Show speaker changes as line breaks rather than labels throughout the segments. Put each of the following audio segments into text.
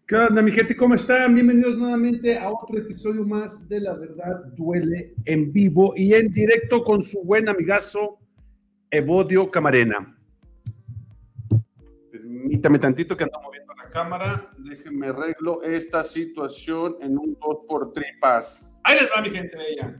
¿Qué onda, mi gente? ¿Cómo están? Bienvenidos nuevamente a otro episodio más de La Verdad Duele en vivo y en directo con su buen amigazo Evodio Camarena. Permítame tantito que ando moviendo la cámara. Déjenme arreglo esta situación en un 2x3. Ahí les va, mi gente bella.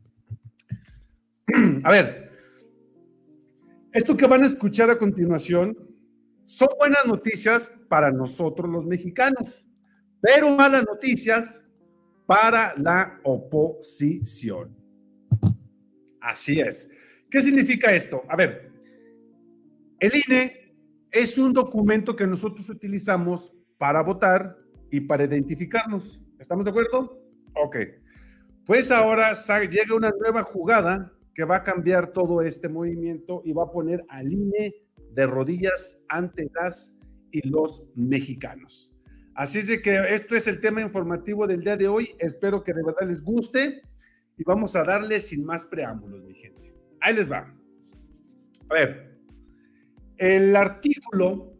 A ver, esto que van a escuchar a continuación son buenas noticias para nosotros los mexicanos, pero malas noticias para la oposición. Así es. ¿Qué significa esto? A ver, el INE es un documento que nosotros utilizamos para votar y para identificarnos. ¿Estamos de acuerdo? Ok. Pues ahora llega una nueva jugada que va a cambiar todo este movimiento y va a poner al INE de rodillas ante las y los mexicanos. Así es de que este es el tema informativo del día de hoy. Espero que de verdad les guste y vamos a darle sin más preámbulos, mi gente. Ahí les va. A ver, el artículo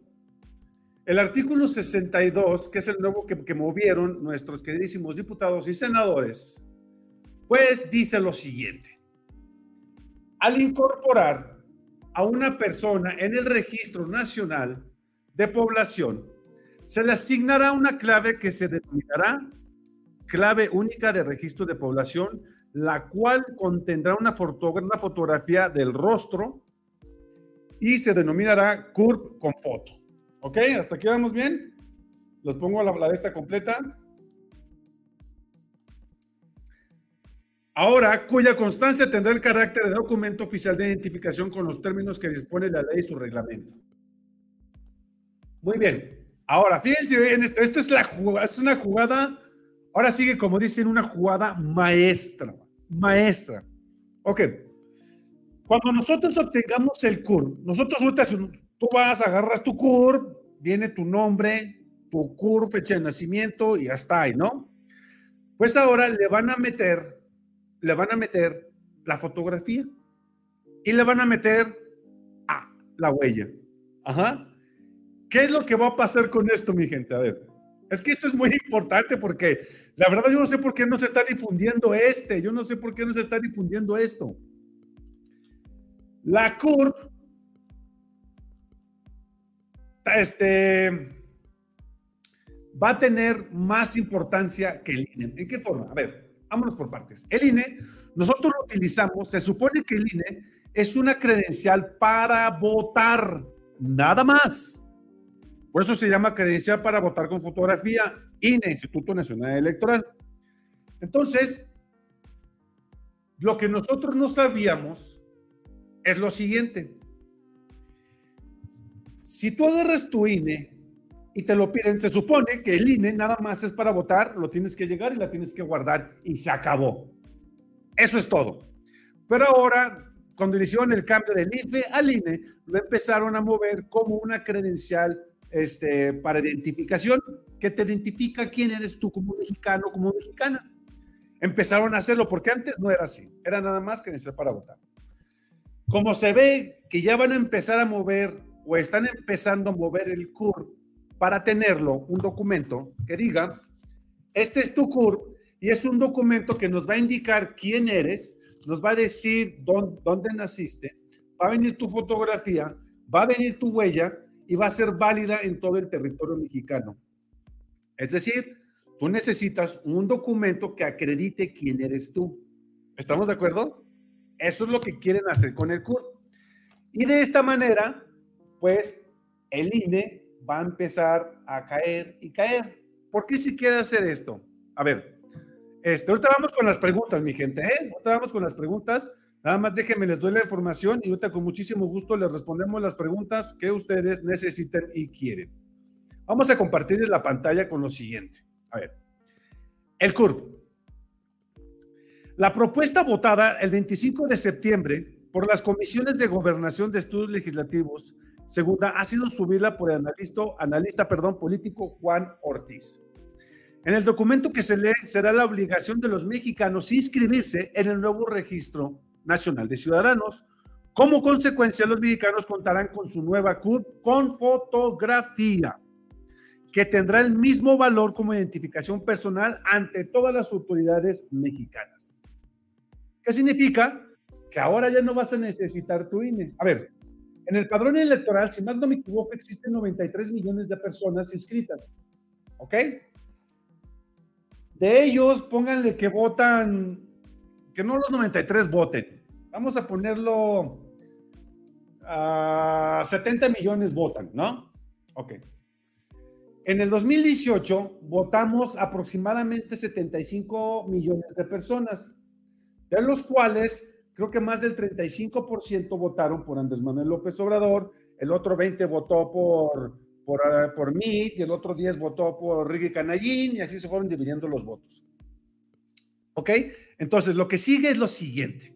62, que es el nuevo que movieron nuestros queridísimos diputados y senadores, pues dice lo siguiente. Al incorporar a una persona en el Registro Nacional de Población, se le asignará una clave que se denominará clave única de registro de población, la cual contendrá una fotografía del rostro y se denominará CURP con foto. ¿Ok? ¿Hasta aquí vamos bien? Los pongo a la de esta completa. Ahora, cuya constancia tendrá el carácter de documento oficial de identificación con los términos que dispone la ley y su reglamento. Muy bien. Ahora, fíjense bien esto. Esto es una jugada, ahora sigue como dicen, una jugada maestra. Maestra. Ok. Cuando nosotros obtengamos el CURP, nosotros ahorita, tú vas, agarras tu CURP, viene tu nombre, tu CURP, fecha de nacimiento y hasta ahí, ¿no? Pues ahora le van a meter la fotografía y le van a meter la huella. Ajá. ¿Qué es lo que va a pasar con esto, mi gente? A ver, es que esto es muy importante porque la verdad yo no sé por qué no se está difundiendo yo no sé por qué no se está difundiendo esto. La CURP va a tener más importancia que el INE. ¿En qué forma? A ver, vámonos por partes. El INE, nosotros lo utilizamos, se supone que el INE es una credencial para votar, nada más. Por eso se llama credencial para votar con fotografía, INE, Instituto Nacional Electoral. Entonces, lo que nosotros no sabíamos es lo siguiente. Si tú agarras tu INE y te lo piden, se supone que el INE nada más es para votar, lo tienes que llegar y la tienes que guardar y se acabó. Eso es todo. Pero ahora, cuando hicieron el cambio del IFE al INE, lo empezaron a mover como una credencial para identificación, que te identifica quién eres tú como mexicano, como mexicana. Empezaron a hacerlo porque antes no era así, era nada más credencial para votar. Como se ve que ya van a empezar a mover o están empezando a mover el CURP para tenerlo, un documento que diga, este es tu CURP y es un documento que nos va a indicar quién eres, nos va a decir dónde naciste, va a venir tu fotografía, va a venir tu huella y va a ser válida en todo el territorio mexicano. Es decir, tú necesitas un documento que acredite quién eres tú. ¿Estamos de acuerdo? Eso es lo que quieren hacer con el CURP. Y de esta manera, pues, el INE va a empezar a caer y caer. ¿Por qué si quiere hacer esto? A ver, ahorita vamos con las preguntas, mi gente, Ahorita vamos con las preguntas. Nada más déjenme, les doy la información y ahorita con muchísimo gusto les respondemos las preguntas que ustedes necesiten y quieren. Vamos a compartir la pantalla con lo siguiente. A ver, el CURP. La propuesta votada el 25 de septiembre por las comisiones de gobernación de estudios legislativos, segunda, ha sido subida por el analista político Juan Ortiz. En el documento que se lee será la obligación de los mexicanos inscribirse en el nuevo Registro Nacional de Ciudadanos. Como consecuencia, los mexicanos contarán con su nueva CURP con fotografía. que tendrá el mismo valor como identificación personal ante todas las autoridades mexicanas. ¿Qué significa? Que ahora ya no vas a necesitar tu INE. A ver, en el padrón electoral, si más no me equivoco, existen 93 millones de personas inscritas. ¿Ok? De ellos, pónganle que votan, que no los 93 voten. Vamos a ponerlo a 70 millones votan, ¿no? Ok. En el 2018 votamos aproximadamente 75 millones de personas, de los cuales creo que más del 35% votaron por Andrés Manuel López Obrador, el otro 20% votó por mí, y el otro 10% votó por Ricky Canallín, y así se fueron dividiendo los votos. ¿Ok? Entonces, lo que sigue es lo siguiente.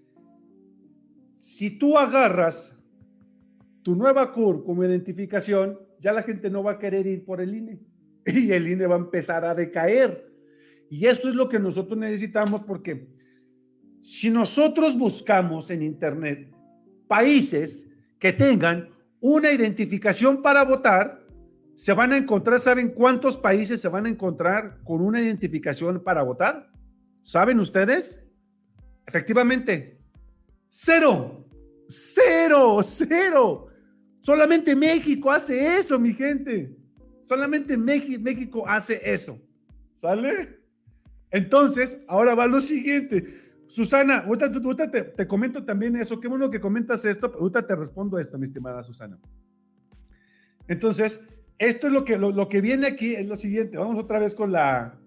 Si tú agarras tu nueva CUR como identificación, ya la gente no va a querer ir por el INE y el INE va a empezar a decaer. Y eso es lo que nosotros necesitamos, porque si nosotros buscamos en internet países que tengan una identificación para votar, se van a encontrar, ¿saben cuántos países se van a encontrar con una identificación para votar? ¿Saben ustedes? Efectivamente, cero, cero, cero. Solamente México hace eso, mi gente. Solamente México hace eso. ¿Sale? Entonces, ahora va lo siguiente. Susana, ahorita te comento también eso. Qué bueno que comentas esto. Ahorita te respondo esto, mi estimada Susana. Entonces, esto es lo que viene aquí, es lo siguiente. Vamos otra vez con la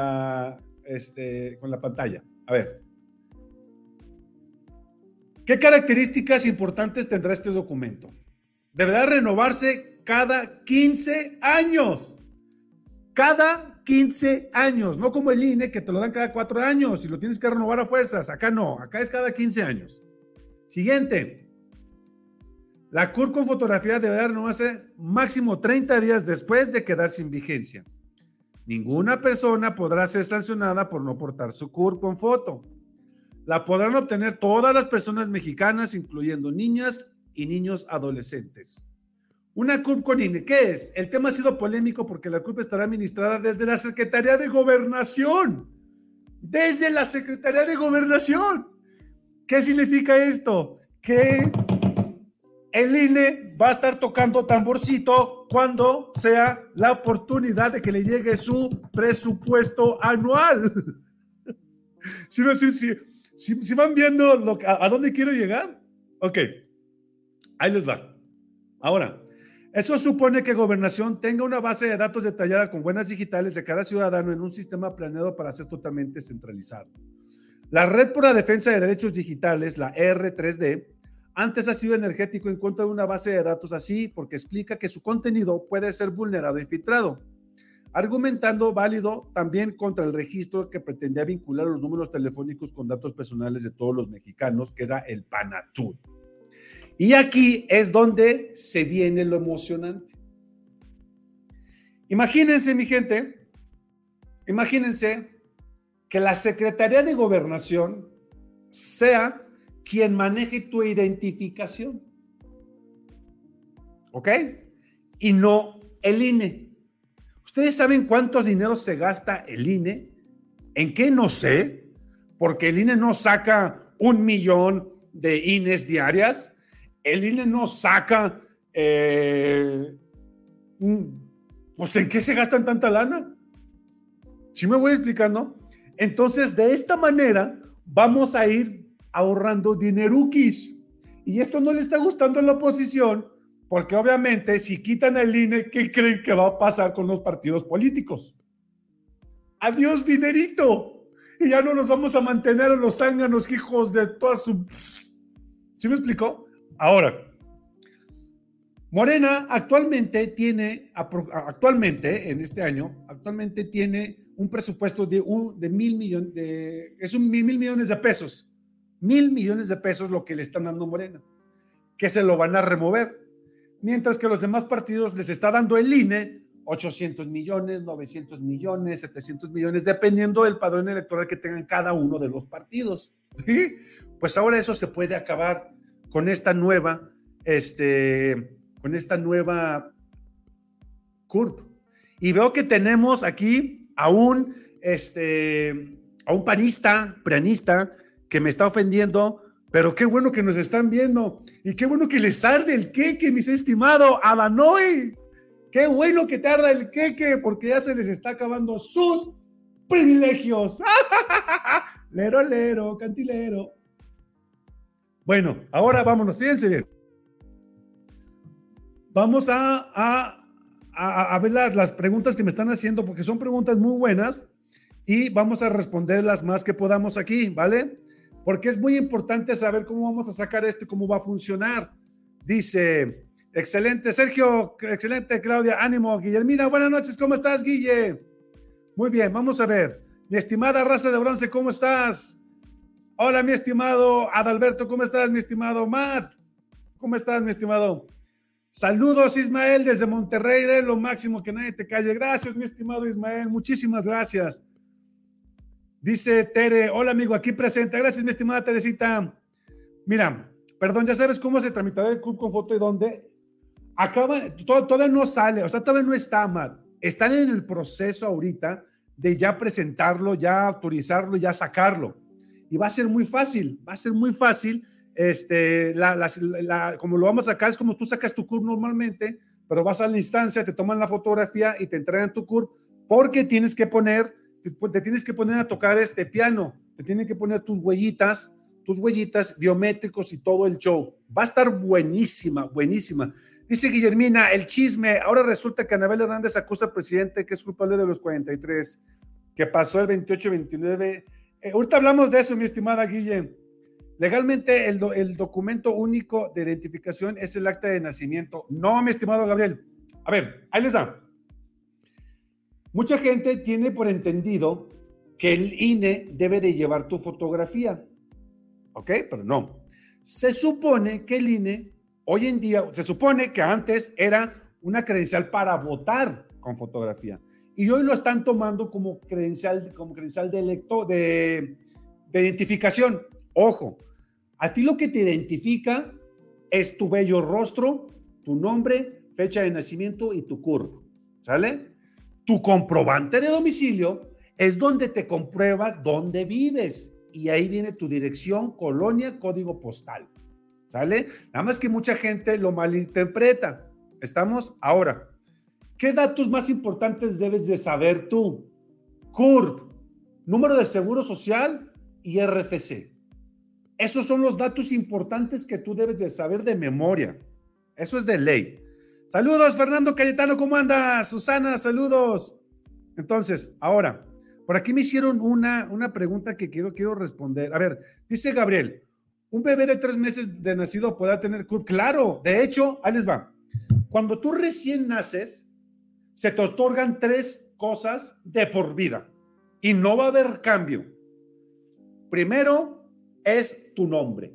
pantalla. A ver. ¿Qué características importantes tendrá este documento? Deberá renovarse cada 15 años. Cada 15 años, no como el INE que te lo dan cada 4 años y lo tienes que renovar a fuerzas. Acá no, acá es cada 15 años. Siguiente. La CUR con fotografía deberá renovarse máximo 30 días después de quedar sin vigencia. Ninguna persona podrá ser sancionada por no portar su CUR con foto. La podrán obtener todas las personas mexicanas, incluyendo niñas y niños adolescentes. Una CURP con INE, ¿qué es? El tema ha sido polémico porque la CURP estará administrada desde la Secretaría de Gobernación. Desde la Secretaría de Gobernación. ¿Qué significa esto? Que el INE va a estar tocando tamborcito cuando sea la oportunidad de que le llegue su presupuesto anual. Si van viendo a dónde quiero llegar. Ok, ahí les va. Ahora, eso supone que Gobernación tenga una base de datos detallada con huellas digitales de cada ciudadano en un sistema planeado para ser totalmente centralizado. La Red por la Defensa de Derechos Digitales, la R3D, antes ha sido energético en contra de una base de datos así porque explica que su contenido puede ser vulnerado y filtrado, argumentando válido también contra el registro que pretendía vincular los números telefónicos con datos personales de todos los mexicanos, que era el PANATUD. Y aquí es donde se viene lo emocionante. Imagínense, mi gente, imagínense que la Secretaría de Gobernación sea quien maneje tu identificación. ¿Ok? Y no el INE. ¿Ustedes saben cuánto dinero se gasta el INE? ¿En qué? No sé, porque el INE no saca 1 millón de INEs diarias. El INE no saca, pues ¿en qué se gastan tanta lana? ¿Sí me voy explicando? Entonces, de esta manera vamos a ir ahorrando dineruquis. Y esto no le está gustando a la oposición, porque obviamente si quitan el INE, ¿qué creen que va a pasar con los partidos políticos? Adiós dinerito. Y ya no nos vamos a mantener a los zánganos hijos de todas su... ¿Sí me explicó? Ahora, Morena actualmente en este año, tiene un presupuesto de 1,000 millones, es 1,000 millones de pesos. 1,000 millones de pesos lo que le están dando Morena, que se lo van a remover. Mientras que los demás partidos les está dando el INE 800 millones, 900 millones, 700 millones, dependiendo del padrón electoral que tengan cada uno de los partidos. ¿Sí? Pues ahora eso se puede acabar con esta nueva CURP. Y veo que tenemos aquí a un prianista, que me está ofendiendo, pero qué bueno que nos están viendo y qué bueno que les arde el queque, mis estimados Adanoy. Qué bueno que te arda el queque, porque ya se les está acabando sus privilegios. Lero, lero, cantilero. Bueno, ahora vámonos, fíjense bien. Vamos a ver las preguntas que me están haciendo, porque son preguntas muy buenas y vamos a responder las más que podamos aquí, ¿vale? Porque es muy importante saber cómo vamos a sacar esto y cómo va a funcionar. Dice, excelente, Sergio, excelente, Claudia, ánimo, Guillermina, buenas noches, ¿cómo estás, Guille? Muy bien, vamos a ver. Mi estimada raza de bronce, ¿cómo estás? Hola, mi estimado Adalberto, ¿cómo estás, mi estimado Matt? ¿Cómo estás, mi estimado? Saludos, Ismael, desde Monterrey, de lo máximo, que nadie te calle. Gracias, mi estimado Ismael, muchísimas gracias. Dice Tere, hola amigo, aquí presente. Gracias, mi estimada Teresita. Mira, perdón, ya sabes cómo se tramitará el club con foto y dónde. Todavía no sale, o sea, todavía no está, Matt. Están en el proceso ahorita de ya presentarlo, ya autorizarlo, ya sacarlo. Y va a ser muy fácil, como lo vamos a sacar, es como tú sacas tu CURP normalmente, pero vas a la instancia, te toman la fotografía y te entregan tu CURP, porque te tienes que poner a tocar este piano, te tienen que poner tus huellitas biométricos y todo el show. Va a estar buenísima, buenísima. Dice Guillermina, el chisme, ahora resulta que Anabel Hernández acusa al presidente que es culpable de los 43, que pasó el 28-29. Ahorita hablamos de eso, mi estimada Guille. Legalmente el documento único de identificación es el acta de nacimiento. No, mi estimado Gabriel. A ver, ahí les da. Mucha gente tiene por entendido que el INE debe de llevar tu fotografía. ¿Ok? Pero no. Se supone que el INE, hoy en día, se supone que antes era una credencial para votar con fotografía. Y hoy lo están tomando como credencial de identificación. Ojo, a ti lo que te identifica es tu bello rostro, tu nombre, fecha de nacimiento y tu CURP, ¿sale? Tu comprobante de domicilio es donde te compruebas dónde vives y ahí viene tu dirección, colonia, código postal, ¿sale? Nada más que mucha gente lo malinterpreta. ¿Estamos? Ahora, ¿qué datos más importantes debes de saber tú? CURP, número de seguro social y RFC. Esos son los datos importantes que tú debes de saber de memoria. Eso es de ley. Saludos, Fernando Cayetano, ¿cómo andas? Susana, saludos. Entonces, ahora, por aquí me hicieron una pregunta que quiero responder. A ver, dice Gabriel, ¿un bebé de 3 meses de nacido podrá tener CURP? Claro, de hecho, ahí les va. Cuando tú recién naces, se te otorgan 3 cosas de por vida y no va a haber cambio. Primero, es tu nombre.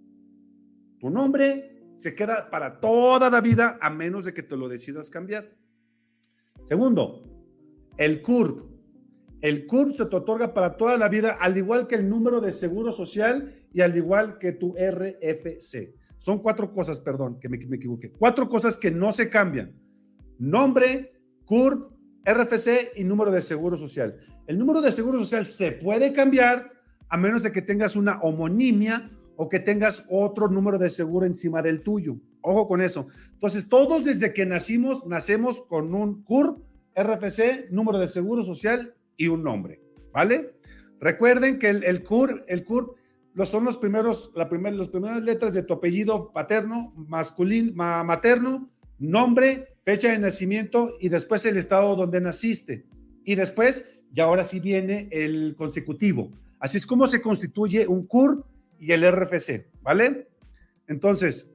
Tu nombre se queda para toda la vida a menos de que te lo decidas cambiar. Segundo, el CURP. El CURP se te otorga para toda la vida, al igual que el número de seguro social y al igual que tu RFC. Son 4 cosas, perdón, que me equivoqué. 4 cosas que no se cambian. Nombre, CURP, RFC y número de seguro social. El número de seguro social se puede cambiar a menos de que tengas una homonimia o que tengas otro número de seguro encima del tuyo. Ojo con eso. Entonces, todos desde que nacemos con un CURP, RFC, número de seguro social y un nombre, ¿vale? Recuerden que el CURP son las primeras letras de tu apellido paterno, materno, nombre, fecha de nacimiento y después el estado donde naciste. Y después, ya ahora sí viene el consecutivo. Así es como se constituye un CURP y el RFC, ¿vale? Entonces,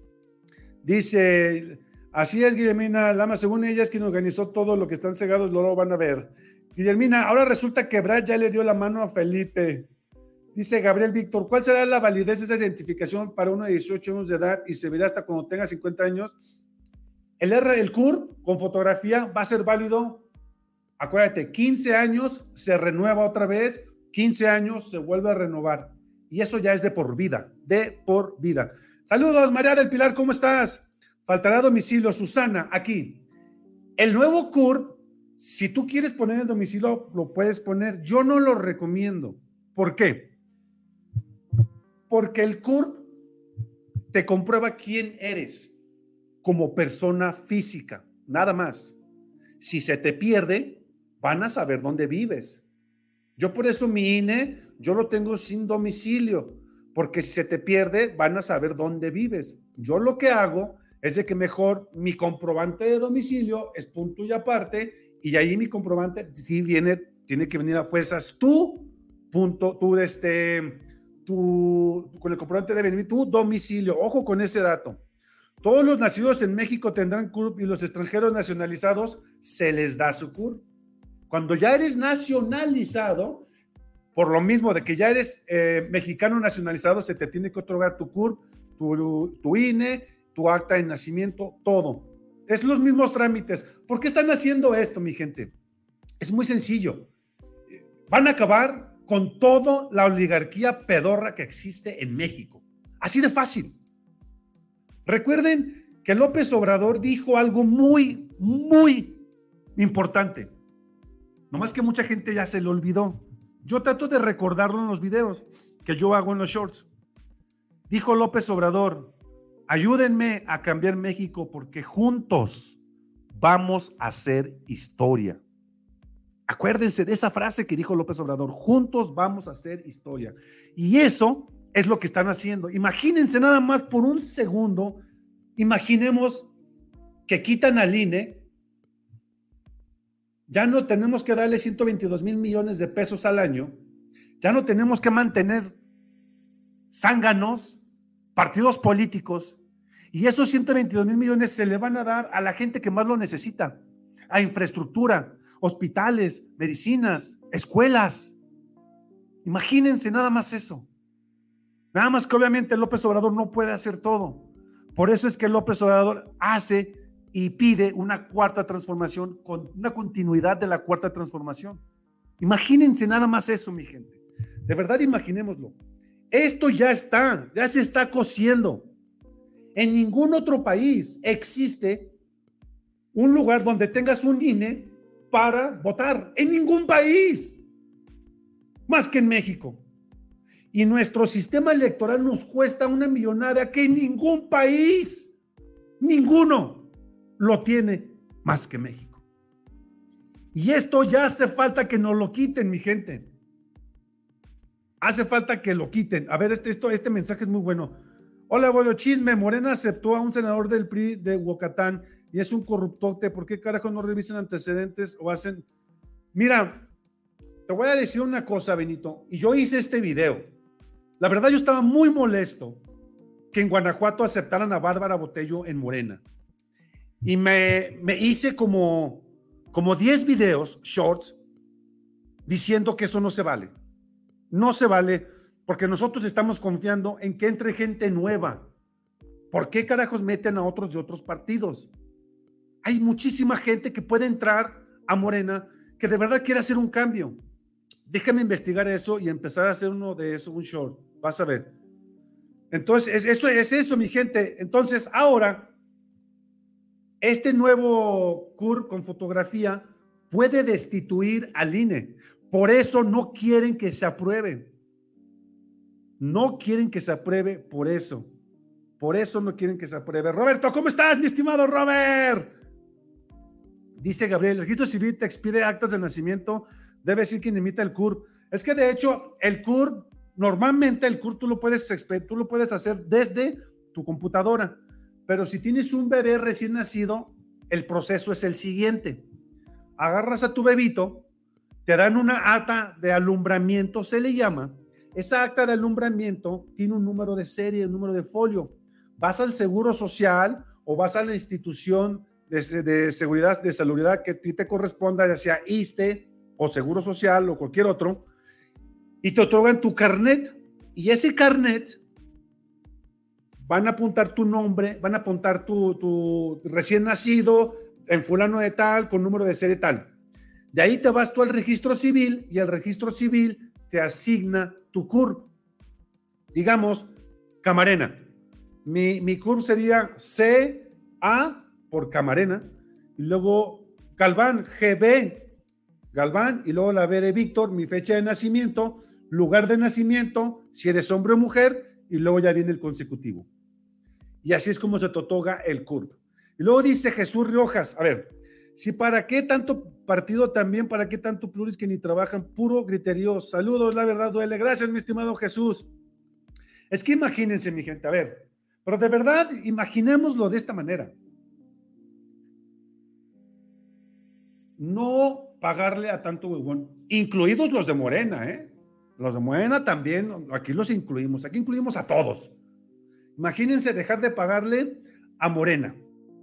dice, así es, Guillermina Lama, según ella es quien organizó todo lo que están cegados, luego van a ver. Guillermina, ahora resulta que Brad ya le dio la mano a Felipe. Dice Gabriel Víctor, ¿cuál será la validez de esa identificación para uno de 18 años de edad y se verá hasta cuando tenga 50 años? El CURP con fotografía va a ser válido, acuérdate, 15 años se renueva otra vez, 15 años se vuelve a renovar. Y eso ya es de por vida, de por vida. Saludos, María del Pilar, ¿cómo estás? Faltará domicilio, Susana, aquí. El nuevo CURP Si tú quieres poner el domicilio, lo puedes poner. Yo no lo recomiendo. ¿Por qué? Porque el CURP te comprueba quién eres como persona física, nada más. Si se te pierde, van a saber dónde vives. Yo por eso mi INE, yo lo tengo sin domicilio, porque si se te pierde, van a saber dónde vives. Yo lo que hago es de que mejor mi comprobante de domicilio es punto y aparte, y ahí mi comprobante sí tiene que venir a fuerzas con el comprobante debe venir tu domicilio. Ojo con ese dato. Todos los nacidos en México tendrán CURP y los extranjeros nacionalizados se les da su CURP. Cuando ya eres nacionalizado, por lo mismo de que ya eres mexicano nacionalizado, se te tiene que otorgar tu CURP, tu INE, tu acta de nacimiento, todo. Es los mismos trámites. ¿Por qué están haciendo esto, mi gente? Es muy sencillo. Van a acabar con toda la oligarquía pedorra que existe en México. Así de fácil. Recuerden que López Obrador dijo algo muy, muy importante. Nomás que mucha gente ya se lo olvidó. Yo trato de recordarlo en los videos que yo hago en los shorts. Dijo López Obrador, ayúdenme a cambiar México porque juntos vamos a hacer historia. Acuérdense de esa frase que dijo López Obrador, juntos vamos a hacer historia. Y eso es lo que están haciendo. Imagínense nada más por un segundo, imaginemos que quitan al INE, ya no tenemos que darle 122 mil millones de pesos al año, ya no tenemos que mantener zánganos, partidos políticos, y esos 122 mil millones se le van a dar a la gente que más lo necesita, a infraestructura, hospitales, medicinas, escuelas. Imagínense nada más eso. Nada más que obviamente López Obrador no puede hacer todo. Por eso es que López Obrador hace y pide una cuarta transformación con una continuidad de la cuarta transformación. Imagínense nada más eso, mi gente. De verdad, imaginémoslo. Esto ya se está cociendo. En ningún otro país existe un lugar donde tengas un INE para votar. En ningún país. Más que en México. Y nuestro sistema electoral nos cuesta una millonada que ningún país, ninguno, lo tiene más que México. Y esto ya hace falta que nos lo quiten, mi gente. Hace falta que lo quiten. A ver, este mensaje es muy bueno. Hola, bueno, chisme. Morena aceptó a un senador del PRI de Huacatán y es un corruptote. ¿Por qué carajo no revisan antecedentes o hacen? Mira, te voy a decir una cosa, Benito. Y yo hice este video. La verdad, yo estaba muy molesto que en Guanajuato aceptaran a Bárbara Botello en Morena. Y me hice como 10 videos, shorts, diciendo que eso no se vale. No se vale porque nosotros estamos confiando en que entre gente nueva. ¿Por qué carajos meten a otros de otros partidos? Hay muchísima gente que puede entrar a Morena que de verdad quiere hacer un cambio. Déjame investigar eso y empezar a hacer uno de eso, un short. Vas a ver. Entonces, eso es eso, mi gente. Entonces, ahora, este nuevo CURP con fotografía puede destituir al INE. Por eso no quieren que se apruebe. No quieren que se apruebe por eso. Por eso no quieren que se apruebe. Roberto, ¿cómo estás, mi estimado Robert? Dice Gabriel, el registro civil te expide actas de nacimiento, debe decir quien emita el CURP. Es que de hecho, el CURP, normalmente el CURP tú lo puedes hacer desde tu computadora, pero si tienes un bebé recién nacido, el proceso es el siguiente. Agarras a tu bebito, te dan una acta de alumbramiento, se le llama. Esa acta de alumbramiento tiene un número de serie, un número de folio. Vas al Seguro Social o vas a la institución de seguridad, de salubridad que a ti te corresponda, ya sea ISSSTE o Seguro Social o cualquier otro, y te otorgan tu carnet. Y ese carnet van a apuntar tu nombre, van a apuntar tu recién nacido en fulano de tal, con número de serie tal. De ahí te vas tú al registro civil y el registro civil te asigna tu CURP. Digamos, Camarena. Mi CURP sería CA por Camarena y luego Galván, GB, Galván, y luego la B de Víctor, mi fecha de nacimiento, lugar de nacimiento, si eres hombre o mujer, y luego ya viene el consecutivo. Y así es como se te otorga el CURP. Y luego dice Jesús Riojas, a ver, si para qué tanto partido también, para qué tanto pluris que ni trabajan, puro griterío. Saludos, la verdad duele. Gracias, mi estimado Jesús. Es que imagínense, mi gente, a ver, pero de verdad, imaginémoslo de esta manera. No pagarle a tanto huevón, incluidos los de Morena, ¿eh? Los de Morena también, aquí los incluimos, aquí incluimos a todos. Imagínense dejar de pagarle a Morena,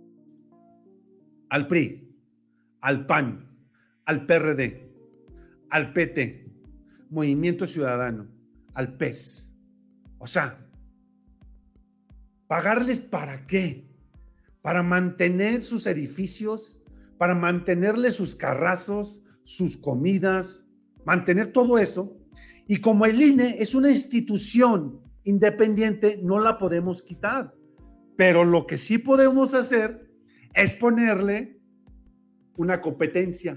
al PRI, al PAN, al PRD, al PT, Movimiento Ciudadano, al PES. O sea, ¿pagarles para qué? Para mantener sus edificios, para mantenerles sus carrazos, sus comidas, mantener todo eso. Y como el INE es una institución independiente, no la podemos quitar. Pero lo que sí podemos hacer es ponerle una competencia.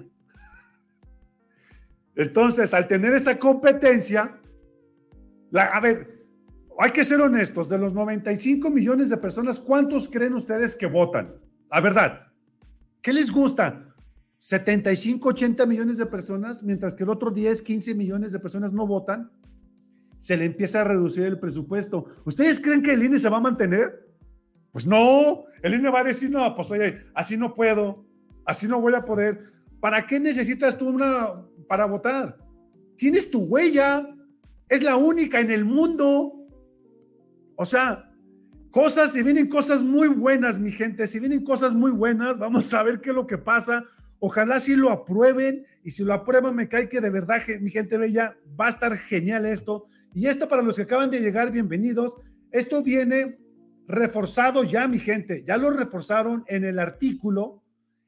Entonces, al tener esa competencia, a ver, hay que ser honestos, de los 95 millones de personas, ¿cuántos creen ustedes que votan? La verdad, ¿qué les gusta? 75, 80 millones de personas, mientras que el otro 10, 15 millones de personas no votan, se le empieza a reducir el presupuesto. ¿Ustedes creen que el INE se va a mantener? Pues no, el INE va a decir, no, pues oye, así no puedo, así no voy a poder. ¿Para qué necesitas tú para votar? Tienes tu huella, es la única en el mundo. O sea, si vienen cosas muy buenas, mi gente, si vienen cosas muy buenas, vamos a ver qué es lo que pasa. Ojalá sí lo aprueben, y si lo aprueban me cae que de verdad, mi gente bella, va a estar genial esto. Y esto para los que acaban de llegar, bienvenidos. Esto viene reforzado ya, mi gente, ya lo reforzaron en el artículo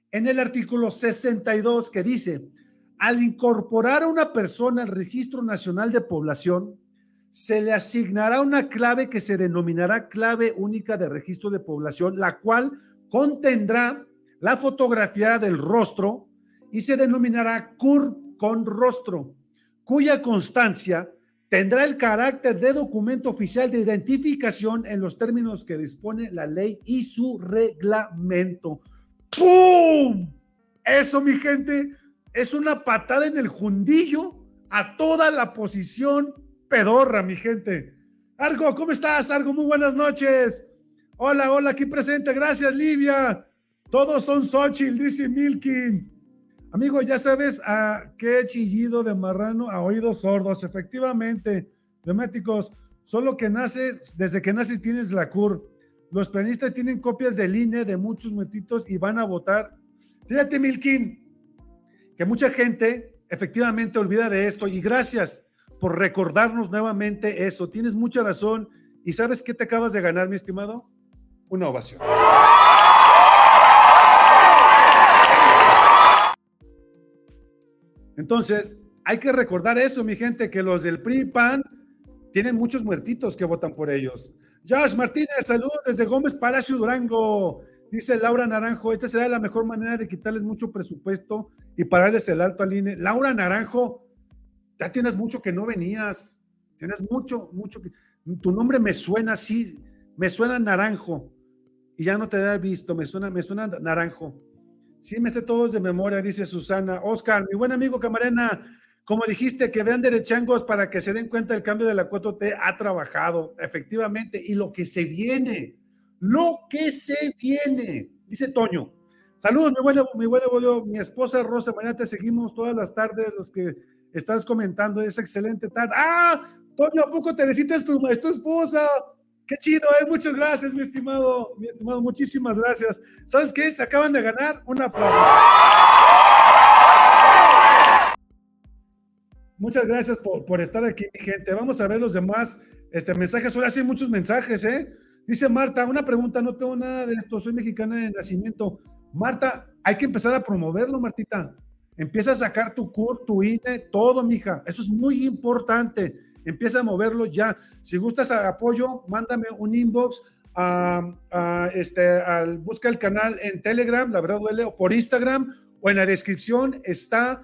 62, que dice: al incorporar a una persona al Registro Nacional de Población, se le asignará una clave que se denominará clave única de registro de población, la cual contendrá la fotografía del rostro y se denominará CURP con rostro, cuya constancia tendrá el carácter de documento oficial de identificación en los términos que dispone la ley y su reglamento. ¡Pum! Eso, mi gente, es una patada en el jundillo a toda la posición pedorra, mi gente. Argo, ¿cómo estás? Argo, muy buenas noches. Hola, aquí presente. Gracias, Livia. Todos son Xochitl, dice Milkin. Amigo, ya sabes a qué chillido de marrano a oídos sordos. Efectivamente, Dométicos, desde que naces tienes la CUR. Los planistas tienen copias del INE de muchos metitos y van a votar. Fíjate, Milkin, que mucha gente efectivamente olvida de esto, y gracias por recordarnos nuevamente eso. Tienes mucha razón. ¿Y sabes qué te acabas de ganar, mi estimado? Una ovación. Entonces, hay que recordar eso, mi gente, que los del PRI y PAN tienen muchos muertitos que votan por ellos. Josh Martínez, saludos desde Gómez Palacio, Durango. Dice Laura Naranjo, esta será la mejor manera de quitarles mucho presupuesto y pararles el alto al INE. Laura Naranjo, ya tienes mucho que no venías. Tienes mucho que... Tu nombre me suena así, me suena Naranjo. Y ya no te había visto, me suena Naranjo. Sí, me sé todos de memoria, dice Susana. Oscar, mi buen amigo Camarena, como dijiste, que vean derechangos para que se den cuenta del cambio de la 4T, ha trabajado, efectivamente, y lo que se viene, dice Toño. Saludos, mi buen abuelo, mi esposa Rosa María, te seguimos todas las tardes, los que estás comentando, es excelente tarde. Toño, ¿a poco te necesitas tu esposa? Qué chido, muchas gracias, mi estimado, muchísimas gracias. ¿Sabes qué? Se acaban de ganar un aplauso. Muchas gracias por estar aquí, gente. Vamos a ver los demás mensajes. Ahora sí, muchos mensajes, Dice Marta, una pregunta, no tengo nada de esto, soy mexicana de nacimiento. Marta, hay que empezar a promoverlo, Martita. Empieza a sacar tu CUR, tu INE, todo, mija. Eso es muy importante. Empieza a moverlo ya. Si gustas apoyo, mándame un inbox, busca el canal en Telegram, la verdad duele, o por Instagram, o en la descripción está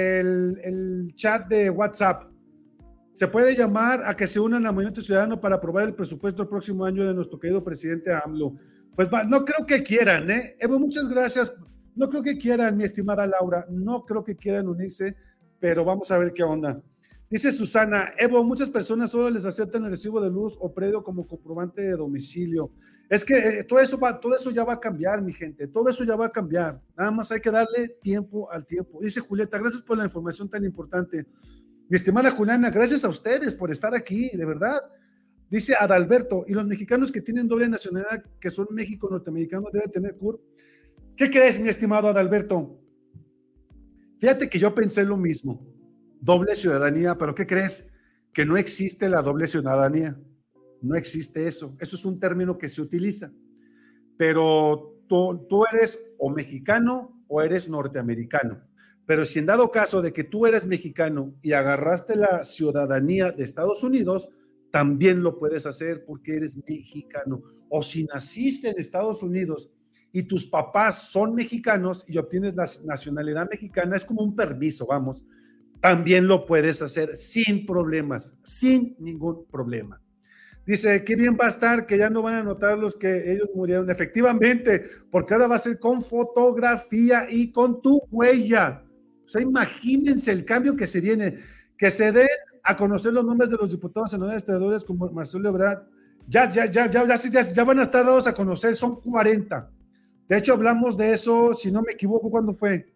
el chat de WhatsApp. Se puede llamar a que se unan al Movimiento Ciudadano para aprobar el presupuesto el próximo año de nuestro querido presidente AMLO. Pues no creo que quieran, ¿eh? Evo, muchas gracias. No creo que quieran, mi estimada Laura, no creo que quieran unirse, pero vamos a ver qué onda. Dice Susana, Evo, muchas personas solo les aceptan el recibo de luz o predio como comprobante de domicilio. Es que todo eso ya va a cambiar, mi gente, todo eso ya va a cambiar. Nada más hay que darle tiempo al tiempo. Dice Julieta, gracias por la información tan importante. Mi estimada Juliana, gracias a ustedes por estar aquí, de verdad. Dice Adalberto, y los mexicanos que tienen doble nacionalidad, que son México-norteamericanos, deben tener CUR. ¿Qué crees, mi estimado Adalberto? Fíjate que yo pensé lo mismo, doble ciudadanía, pero ¿qué crees? Que no existe la doble ciudadanía, no existe eso, eso es un término que se utiliza, pero tú eres o mexicano o eres norteamericano, pero si en dado caso de que tú eres mexicano y agarraste la ciudadanía de Estados Unidos, también lo puedes hacer porque eres mexicano, o si naciste en Estados Unidos y tus papás son mexicanos y obtienes la nacionalidad mexicana, es como un permiso, vamos, también lo puedes hacer sin problemas, sin ningún problema. Dice, qué bien va a estar que ya no van a notar los que ellos murieron. Efectivamente, porque ahora va a ser con fotografía y con tu huella. O sea, imagínense el cambio que se viene, que se den a conocer los nombres de los diputados, senadores, senadores como Marcelo Ebrard. Ya van a estar dados a conocer, son 40. De hecho, hablamos de eso, si no me equivoco, ¿cuándo fue?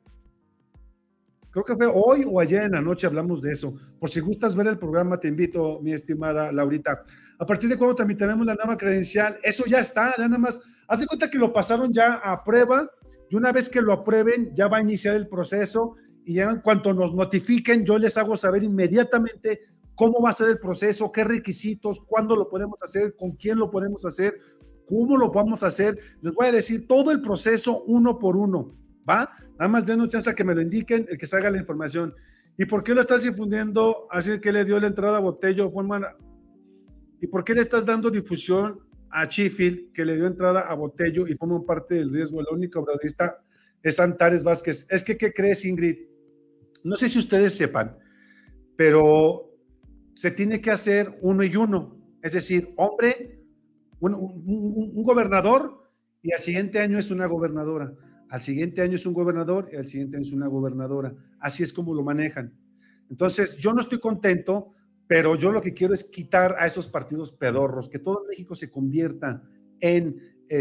Creo que fue hoy o ayer en la noche hablamos de eso. Por si gustas ver el programa, te invito, mi estimada Laurita. A partir de cuando tramitaremos la nueva credencial, eso ya está, ya nada más. Haz de cuenta que lo pasaron ya a prueba y una vez que lo aprueben, ya va a iniciar el proceso y ya en cuanto nos notifiquen, yo les hago saber inmediatamente cómo va a ser el proceso, qué requisitos, cuándo lo podemos hacer, con quién lo podemos hacer, cómo lo vamos a hacer. Les voy a decir todo el proceso uno por uno, ¿va? Nada más denos chance a que me lo indiquen, el que salga la información. ¿Y por qué lo estás difundiendo? Así que le dio la entrada a Botello, ¿y por qué le estás dando difusión a Chifil, que le dio entrada a Botello y forman parte del riesgo? La única obradorista es Antares Vázquez. Es que, ¿qué crees, Ingrid? No sé si ustedes sepan, pero se tiene que hacer uno y uno. Es decir, hombre, un gobernador y al siguiente año es una gobernadora. Al siguiente año es un gobernador y al siguiente año es una gobernadora. Así es como lo manejan. Entonces, yo no estoy contento, pero yo lo que quiero es quitar a esos partidos pedorros, que todo México se convierta en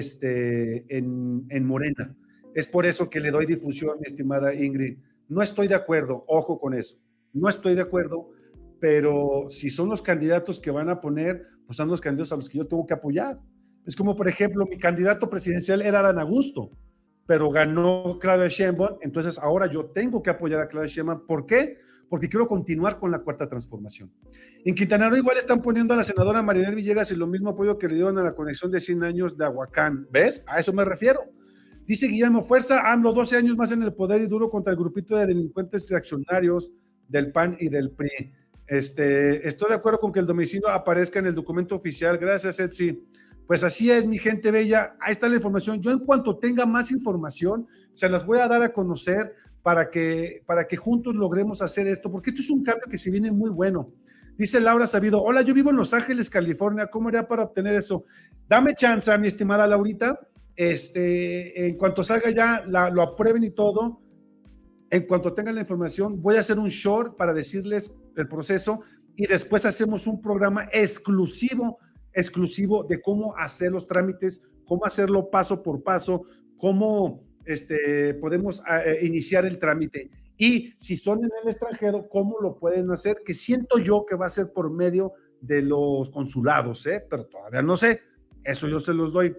Morena. Es por eso que le doy difusión, mi estimada Ingrid. No estoy de acuerdo, ojo con eso. No estoy de acuerdo, pero si son los candidatos que van a poner, pues son los candidatos a los que yo tengo que apoyar. Es como, por ejemplo, mi candidato presidencial era Adán Augusto, pero ganó Claudia Sheinbaum, entonces ahora yo tengo que apoyar a Claudia Sheinbaum. ¿Por qué? Porque quiero continuar con la cuarta transformación. En Quintana Roo igual están poniendo a la senadora Marinel Villegas y lo mismo apoyo que le dieron a la conexión de 100 años de Ahuacán. ¿Ves? A eso me refiero. Dice Guillermo, fuerza AMLO, 12 años más en el poder y duro contra el grupito de delincuentes reaccionarios del PAN y del PRI. Estoy de acuerdo con que el domicilio aparezca en el documento oficial. Gracias, Etsi. Pues así es, mi gente bella. Ahí está la información. Yo en cuanto tenga más información, se las voy a dar a conocer para que juntos logremos hacer esto, porque esto es un cambio que se viene muy bueno. Dice Laura Sabido, hola, yo vivo en Los Ángeles, California. ¿Cómo haría para obtener eso? Dame chance, mi estimada Laurita. En cuanto salga ya, lo aprueben y todo, en cuanto tengan la información, voy a hacer un short para decirles el proceso y después hacemos un programa exclusivo de cómo hacer los trámites, cómo hacerlo paso por paso, cómo podemos iniciar el trámite. Y si son en el extranjero, cómo lo pueden hacer, que siento yo que va a ser por medio de los consulados, pero todavía no sé, eso yo se los doy.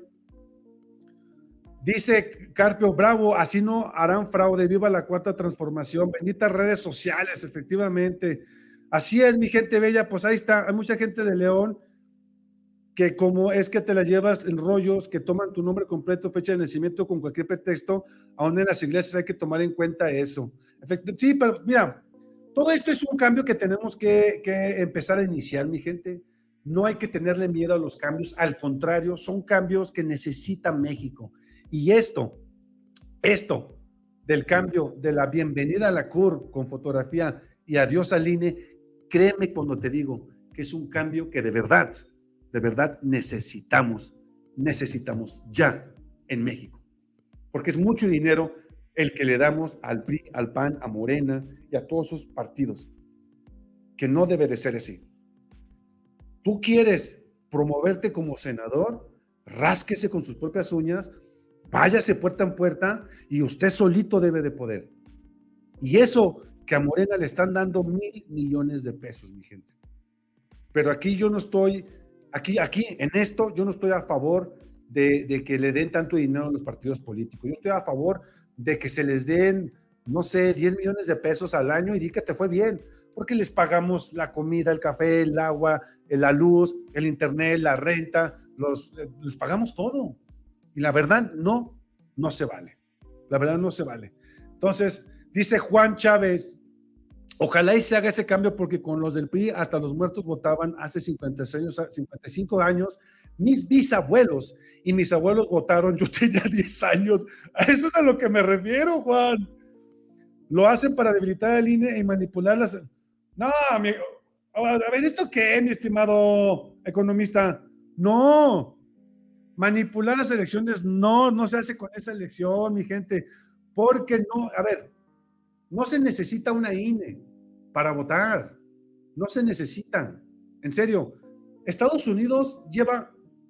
Dice Carpio, bravo, así no harán fraude, viva la cuarta transformación, benditas redes sociales, efectivamente. Así es, mi gente bella, pues ahí está, hay mucha gente de León que como es que te la llevas en rollos, que toman tu nombre completo, fecha de nacimiento con cualquier pretexto, aún en las iglesias hay que tomar en cuenta eso. Sí, pero mira, todo esto es un cambio que tenemos que empezar a iniciar, mi gente. No hay que tenerle miedo a los cambios, al contrario, son cambios que necesita México. Y esto del cambio, de la bienvenida a la CUR con fotografía y adiós al INE, créeme cuando te digo que es un cambio que de verdad necesitamos ya en México, porque es mucho dinero el que le damos al PRI, al PAN, a Morena y a todos sus partidos, que no debe de ser así. Tú quieres promoverte como senador, rásquese con sus propias uñas, váyase puerta en puerta y usted solito debe de poder. Y eso que a Morena le están dando 1,000 millones de pesos, mi gente. Pero aquí yo no estoy, aquí en esto yo no estoy a favor de que le den tanto dinero a los partidos políticos. Yo estoy a favor de que se les den, no sé, 10 millones de pesos al año y di que te fue bien, porque les pagamos la comida, el café, el agua, la luz, el internet, la renta, les pagamos todo. Y la verdad, no se vale. La verdad, no se vale. Entonces, dice Juan Chávez, ojalá y se haga ese cambio porque con los del PRI hasta los muertos votaban hace 55 años, mis bisabuelos y mis abuelos votaron, yo tenía 10 años. A eso es a lo que me refiero, Juan. Lo hacen para debilitar al INE y manipular las... No, amigo. A ver, ¿esto qué, mi estimado economista? No. Manipular las elecciones, no se hace con esa elección, mi gente. Porque no, a ver, no se necesita una INE para votar. No se necesita. En serio, Estados Unidos lleva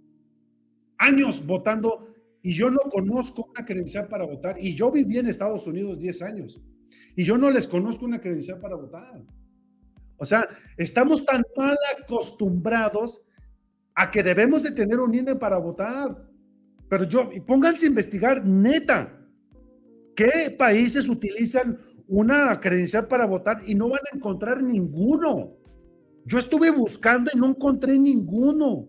años votando y yo no conozco una credencial para votar. Y yo viví en Estados Unidos 10 años y yo no les conozco una credencial para votar. O sea, estamos tan mal acostumbrados a que debemos de tener un INE para votar. Pero pónganse a investigar, neta, ¿qué países utilizan una credencial para votar y no van a encontrar ninguno? Yo estuve buscando y no encontré ninguno.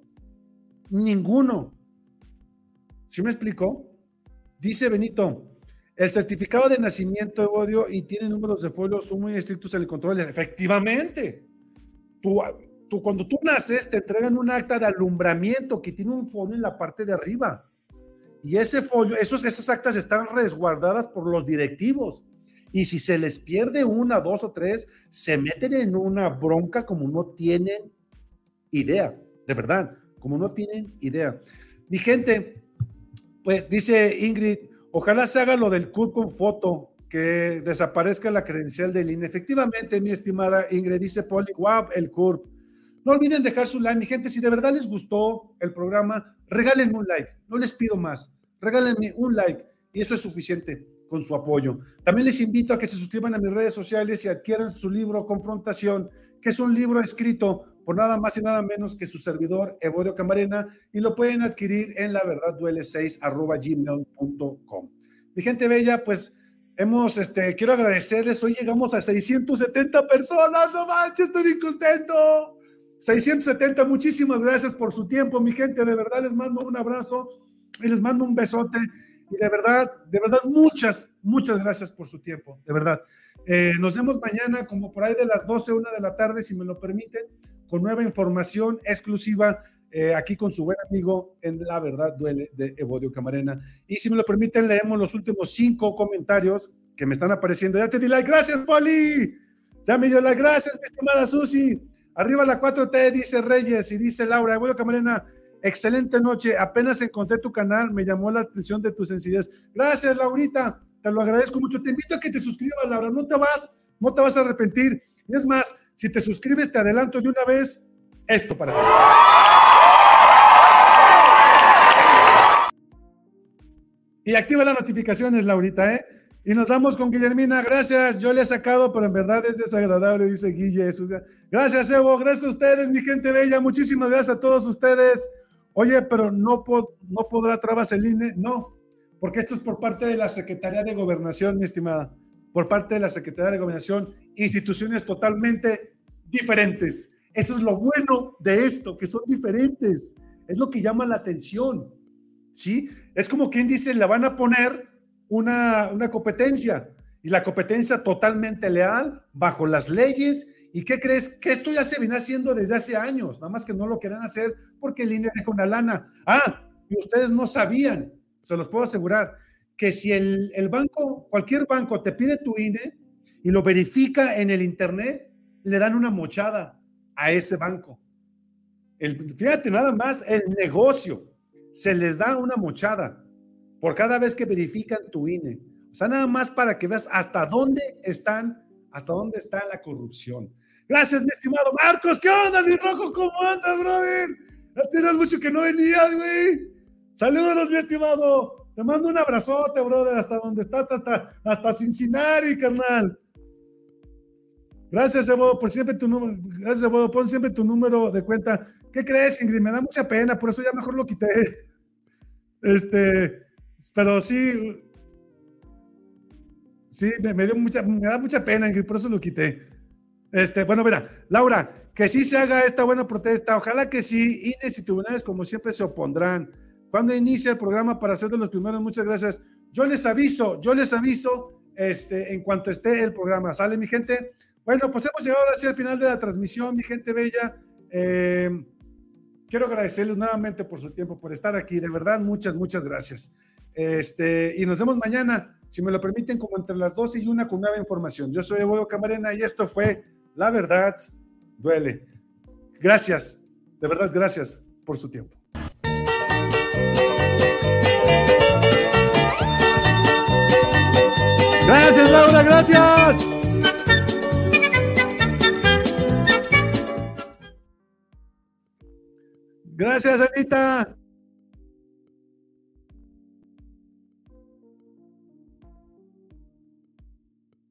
¿Sí me explicó? Dice Benito, el certificado de nacimiento, Evodio, y tiene números de folio, son muy estrictos en el control. Efectivamente, cuando tú naces, te entregan un acta de alumbramiento que tiene un folio en la parte de arriba. Y ese folio, esas actas están resguardadas por los directivos. Y si se les pierde una, dos o tres, se meten en una bronca como no tienen idea, de verdad, como no tienen idea. Mi gente, pues dice Ingrid, ojalá se haga lo del CURP con foto, que desaparezca la credencial del INE. Efectivamente, mi estimada Ingrid, dice Poli, wow, el CURP. No olviden dejar su like, mi gente, si de verdad les gustó el programa, regálenme un like, no les pido más, regálenme un like y eso es suficiente con su apoyo. También les invito a que se suscriban a mis redes sociales y adquieran su libro Confrontación, que es un libro escrito por nada más y nada menos que su servidor Evodio Camarena y lo pueden adquirir en laverdadduele6@gmail.com. Mi gente bella, pues quiero agradecerles, hoy llegamos a 670 personas, no manches, estoy bien contento. 670, muchísimas gracias por su tiempo, mi gente, de verdad les mando un abrazo y les mando un besote y de verdad, muchas gracias por su tiempo, de verdad. Nos vemos mañana como por ahí de las 12, 1 de la tarde, si me lo permiten, con nueva información exclusiva aquí con su buen amigo en La Verdad Duele de Evodio Camarena. Y si me lo permiten, leemos los últimos 5 comentarios que me están apareciendo. Ya te di like, gracias, Poli. Ya me dio like, gracias, mi estimada Susi. Arriba la 4T, dice Reyes, y dice Laura, Evodio Camarena, excelente noche, apenas encontré tu canal, me llamó la atención de tu sencillez. Gracias, Laurita, te lo agradezco mucho. Te invito a que te suscribas, Laura, no te vas a arrepentir. Y es más, si te suscribes, te adelanto de una vez esto para ti. Y activa las notificaciones, Laurita, ¿eh? Y nos vamos con Guillermina, gracias, yo le he sacado, pero en verdad es desagradable, dice Guille. Gracias, Evo, gracias a ustedes, mi gente bella, muchísimas gracias a todos ustedes. Oye, pero no podrá trabas el INE, no, porque esto es por parte de la Secretaría de Gobernación, mi estimada, por parte de la Secretaría de Gobernación, instituciones totalmente diferentes. Eso es lo bueno de esto, que son diferentes, es lo que llama la atención, ¿sí? Es como quien dice, le van a poner una competencia y la competencia totalmente leal bajo las leyes. ¿Y qué crees? Que esto ya se viene haciendo desde hace años, nada más que no lo querían hacer porque el INE deja una lana. Y ustedes no sabían, se los puedo asegurar, que si el banco, cualquier banco te pide tu INE y lo verifica en el internet, le dan una mochada a ese banco. Fíjate, nada más el negocio, se les da una mochada por cada vez que verifican tu INE. O sea, nada más para que veas hasta dónde está la corrupción. Gracias, mi estimado Marcos. ¿Qué onda, mi Rojo? ¿Cómo andas, brother? Ya tienes mucho que no venías, güey. Saludos, mi estimado. Te mando un abrazote, brother, hasta donde estás, hasta Cincinnati, carnal. Gracias, Evo, por siempre tu número. Gracias, Evo, pon siempre tu número de cuenta. ¿Qué crees, Ingrid? Me da mucha pena, por eso ya mejor lo quité. Pero sí, me da mucha pena, Ingrid, por eso lo quité. Bueno, mira, Laura, que sí se haga esta buena protesta. Ojalá que sí. INES y tribunales, como siempre, se opondrán. ¿Cuándo inicia el programa para ser de los primeros? Muchas gracias. Yo les aviso, en cuanto esté el programa. ¿Sale, mi gente? Bueno, pues hemos llegado ahora sí al final de la transmisión, mi gente bella. Quiero agradecerles nuevamente por su tiempo, por estar aquí. De verdad, muchas gracias. Y nos vemos mañana, si me lo permiten, como entre las 12 y 1 con nueva información. Yo soy Evo Camarena y esto fue La Verdad Duele. Gracias, de verdad, gracias por su tiempo. Gracias, Laura, gracias. Gracias, Anita.